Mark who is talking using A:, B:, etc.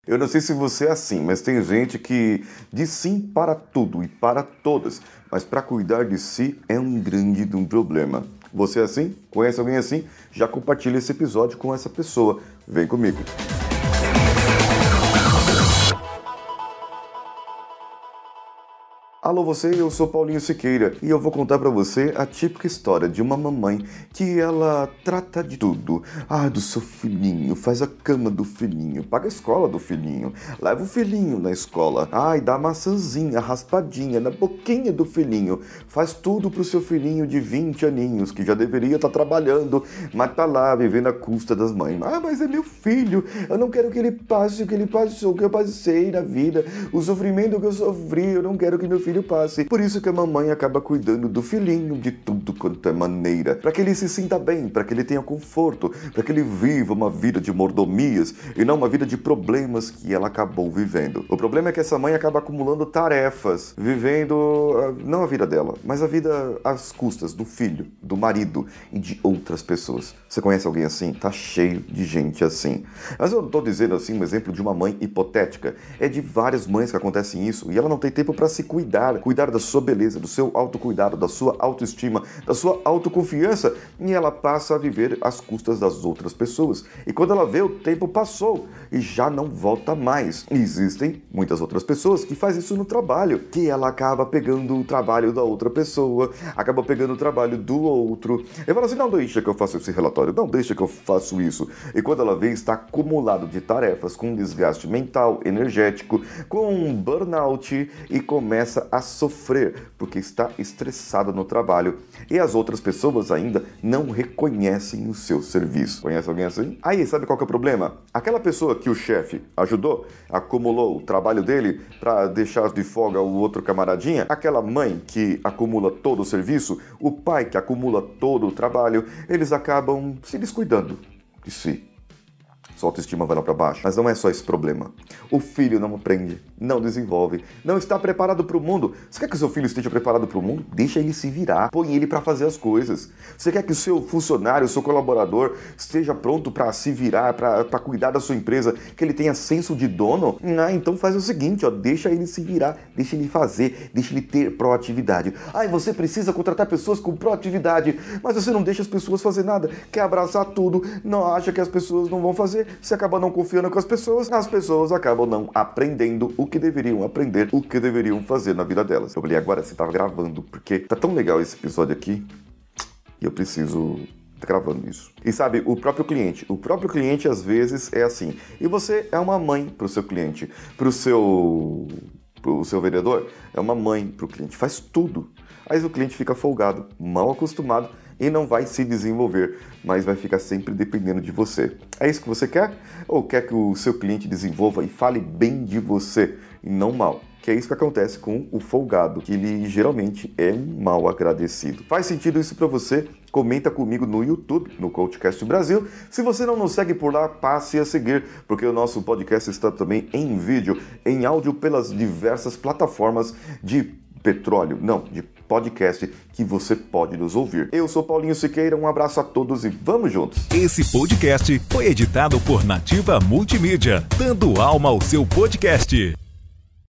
A: Eu não sei se você é assim, mas tem gente que diz sim para tudo e para todas, mas para cuidar de si é um grande problema. Você é assim? Conhece alguém assim? Já compartilha esse episódio com essa pessoa. Vem comigo. Alô você, eu sou Paulinho Siqueira e eu vou contar pra você a típica história de uma mamãe que ela trata de tudo. Do seu filhinho, faz a cama do filhinho, paga a escola do filhinho, leva o filhinho na escola, dá maçãzinha, raspadinha na boquinha do filhinho, faz tudo pro seu filhinho de 20 aninhos que já deveria estar trabalhando, mas tá lá vivendo à custa das mães. Mas é meu filho, eu não quero que ele passe o que ele passou, o que eu passei na vida, o sofrimento que eu sofri, eu não quero que meu filho passe. Por isso que a mamãe acaba cuidando do filhinho de tudo quanto é maneira, para que ele se sinta bem, para que ele tenha conforto, para que ele viva uma vida de mordomias e não uma vida de problemas que ela acabou vivendo. O problema é que essa mãe acaba acumulando tarefas, vivendo não a vida dela, mas a vida às custas do filho, do marido e de outras pessoas. Você conhece alguém assim? Tá cheio de gente assim. Mas eu não tô dizendo assim um exemplo de uma mãe hipotética. É de várias mães que acontecem isso e ela não tem tempo para se cuidar da sua beleza, do seu autocuidado, da sua autoestima, da sua autoconfiança, e ela passa a viver às custas das outras pessoas. E quando ela vê, o tempo passou e já não volta mais. E existem muitas outras pessoas que fazem isso no trabalho, que ela acaba pegando o trabalho da outra pessoa, acaba pegando o trabalho do outro. Eu falo assim, não deixa que eu faça esse relatório, não deixa que eu faço isso. E quando ela vê, está acumulado de tarefas, com desgaste mental, energético, com um burnout e começa a sofrer porque está estressada no trabalho e as outras pessoas ainda não reconhecem o seu serviço. Conhece alguém assim? Aí, sabe qual que é o problema? Aquela pessoa que o chefe ajudou, acumulou o trabalho dele para deixar de folga o outro camaradinha, aquela mãe que acumula todo o serviço, o pai que acumula todo o trabalho, eles acabam se descuidando de si. Sua autoestima vai lá para baixo. Mas não é só esse problema. O filho não aprende, não desenvolve, não está preparado para o mundo. Você quer que o seu filho esteja preparado para o mundo? Deixa ele se virar. Põe ele para fazer as coisas. Você quer que o seu funcionário, o seu colaborador esteja pronto para se virar, para cuidar da sua empresa, que ele tenha senso de dono? Então faz o seguinte, deixa ele se virar, deixa ele fazer, deixa ele ter proatividade. Você precisa contratar pessoas com proatividade, mas você não deixa as pessoas fazer nada, quer abraçar tudo, não acha que as pessoas não vão fazer. Você acaba não confiando com as pessoas acabam não aprendendo o que deveriam aprender, o que deveriam fazer na vida delas. Eu falei, agora você tava gravando, porque tá tão legal esse episódio aqui, e eu preciso estar gravando isso. E sabe, o próprio cliente às vezes é assim, e você é uma mãe pro seu cliente, pro seu vendedor, é uma mãe pro cliente, faz tudo. Aí o cliente fica folgado, mal acostumado, e não vai se desenvolver, mas vai ficar sempre dependendo de você. É isso que você quer? Ou quer que o seu cliente desenvolva e fale bem de você e não mal? Que é isso que acontece com o folgado, que ele geralmente é um mal agradecido. Faz sentido isso para você? Comenta comigo no YouTube, no Coachcast Brasil. Se você não nos segue por lá, passe a seguir, porque o nosso podcast está também em vídeo, em áudio, pelas diversas plataformas de podcast que você pode nos ouvir. Eu sou Paulinho Siqueira, um abraço a todos e vamos juntos!
B: Esse podcast foi editado por Nativa Multimídia, dando alma ao seu podcast.